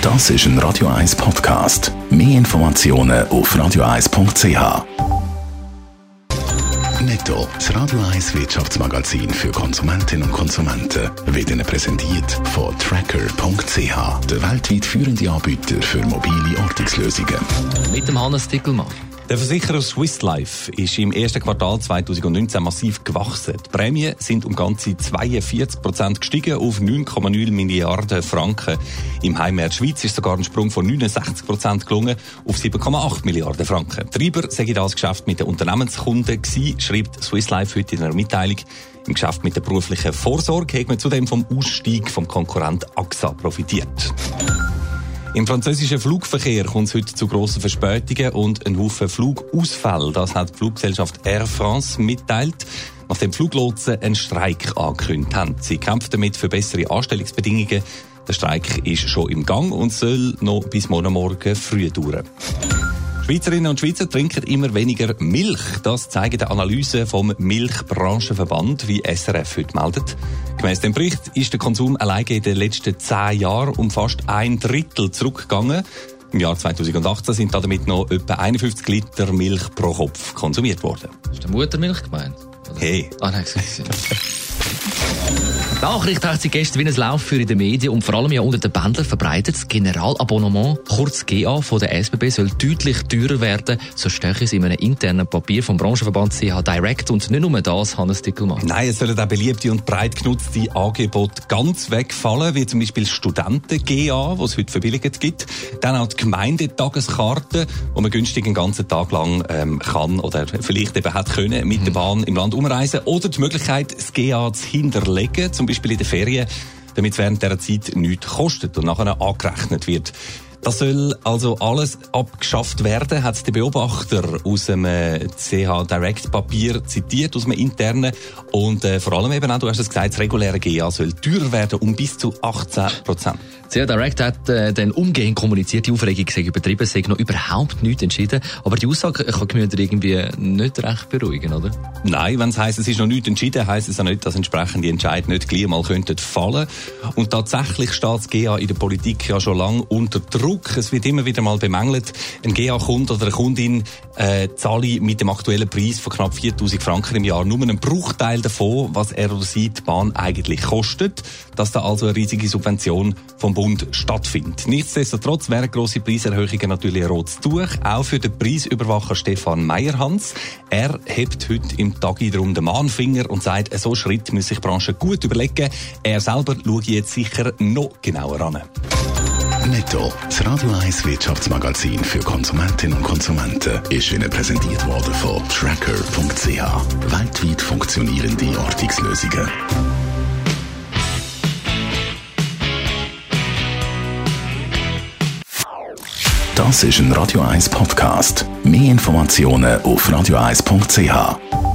Das ist ein Radio 1 Podcast. Mehr Informationen auf radio1.ch. Netto, das Radio 1 Wirtschaftsmagazin für Konsumentinnen und Konsumenten, wird Ihnen präsentiert von Tracker.ch, der weltweit führende Anbieter für mobile Ortungslösungen. Mit dem Hannes Dickelmann. Der Versicherer Swiss Life ist im ersten Quartal 2019 massiv gewachsen. Die Prämien sind um ganze 42% gestiegen auf 9,9 Milliarden Franken. Im Heimmärz Schweiz ist sogar ein Sprung von 69% gelungen auf 7,8 Milliarden Franken. Treiber sei das Geschäft mit den Unternehmenskunden gewesen, schreibt Swiss Life heute in einer Mitteilung. Im Geschäft mit der beruflichen Vorsorge hat man zudem vom Ausstieg vom Konkurrent AXA profitiert. Im französischen Flugverkehr kommt es heute zu grossen Verspätungen und einen Haufen Flugausfällen. Das hat die Fluggesellschaft Air France mitteilt, nachdem Fluglotsen einen Streik angekündigt haben. Sie kämpfen damit für bessere Anstellungsbedingungen. Der Streik ist schon im Gang und soll noch bis morgen früh dauern. Schweizerinnen und Schweizer trinken immer weniger Milch. Das zeigen die Analysen vom Milchbranchenverband, wie SRF heute meldet. Gemäss dem Bericht ist der Konsum alleine in den letzten 10 Jahren um fast 1/3 zurückgegangen. Im Jahr 2018 sind damit noch etwa 51 Liter Milch pro Kopf konsumiert worden. Ist der Muttermilch gemeint? Oder? Hey. Nein, die Nachricht hat sich gestern wie ein Lauffeuer in den Medien und vor allem ja unter den Pendlern verbreitet. Das Generalabonnement, kurz GA, von der SBB soll deutlich teurer werden. So steht es in einem internen Papier vom Branchenverband CH Direct. Und nicht nur das, Hannes Dickelmann. Nein, es sollen auch beliebte und breit genutzte Angebote ganz wegfallen, wie zum Beispiel Studenten-GA, die es heute verbilligt gibt. Dann auch die Gemeindetageskarten, wo man günstig einen ganzen Tag lang kann oder vielleicht eben hat können mit der Bahn im Land umreisen. Oder die Möglichkeit, das GA zu hinterlegen, zum Beispiel in den Ferien, damit es während dieser Zeit nichts kostet und nachher angerechnet wird. Das soll also alles abgeschafft werden, hat der Beobachter aus dem CH Direct Papier zitiert, aus dem internen. Und vor allem eben auch, du hast es gesagt, das reguläre GA soll teurer werden um bis zu 18%. CH Direct hat dann umgehend kommuniziert, die Aufregung sei übertrieben, sei noch überhaupt nichts entschieden. Aber die Aussage kann die Gemüter irgendwie nicht recht beruhigen, oder? Nein, wenn es heisst, es ist noch nichts entschieden, heisst es auch nicht, dass entsprechende Entscheidungen nicht gleich mal könnten fallen. Und tatsächlich steht das GA in der Politik ja schon lange unter Druck. Es wird immer wieder mal bemängelt, ein GA-Kunde oder eine Kundin zahle mit dem aktuellen Preis von knapp 4'000 Franken im Jahr nur einen Bruchteil davon, was er oder sie die Bahn eigentlich kostet, dass da also eine riesige Subvention vom Bund stattfindet. Nichtsdestotrotz wären grosse Preiserhöhungen natürlich ein rotes Tuch, auch für den Preisüberwacher Stefan Meyerhans. Er hebt heute im Tagi darum den Mahnfinger und sagt, so Schritt muss sich die Branche gut überlegen. Er selber schaue jetzt sicher noch genauer an. Netto, das Radio 1 Wirtschaftsmagazin für Konsumentinnen und Konsumenten, ist Ihnen präsentiert worden von Tracker.ch, weltweit funktionierende Ortungslösungen. Das ist ein Radio 1 Podcast. Mehr Informationen auf radio1.ch.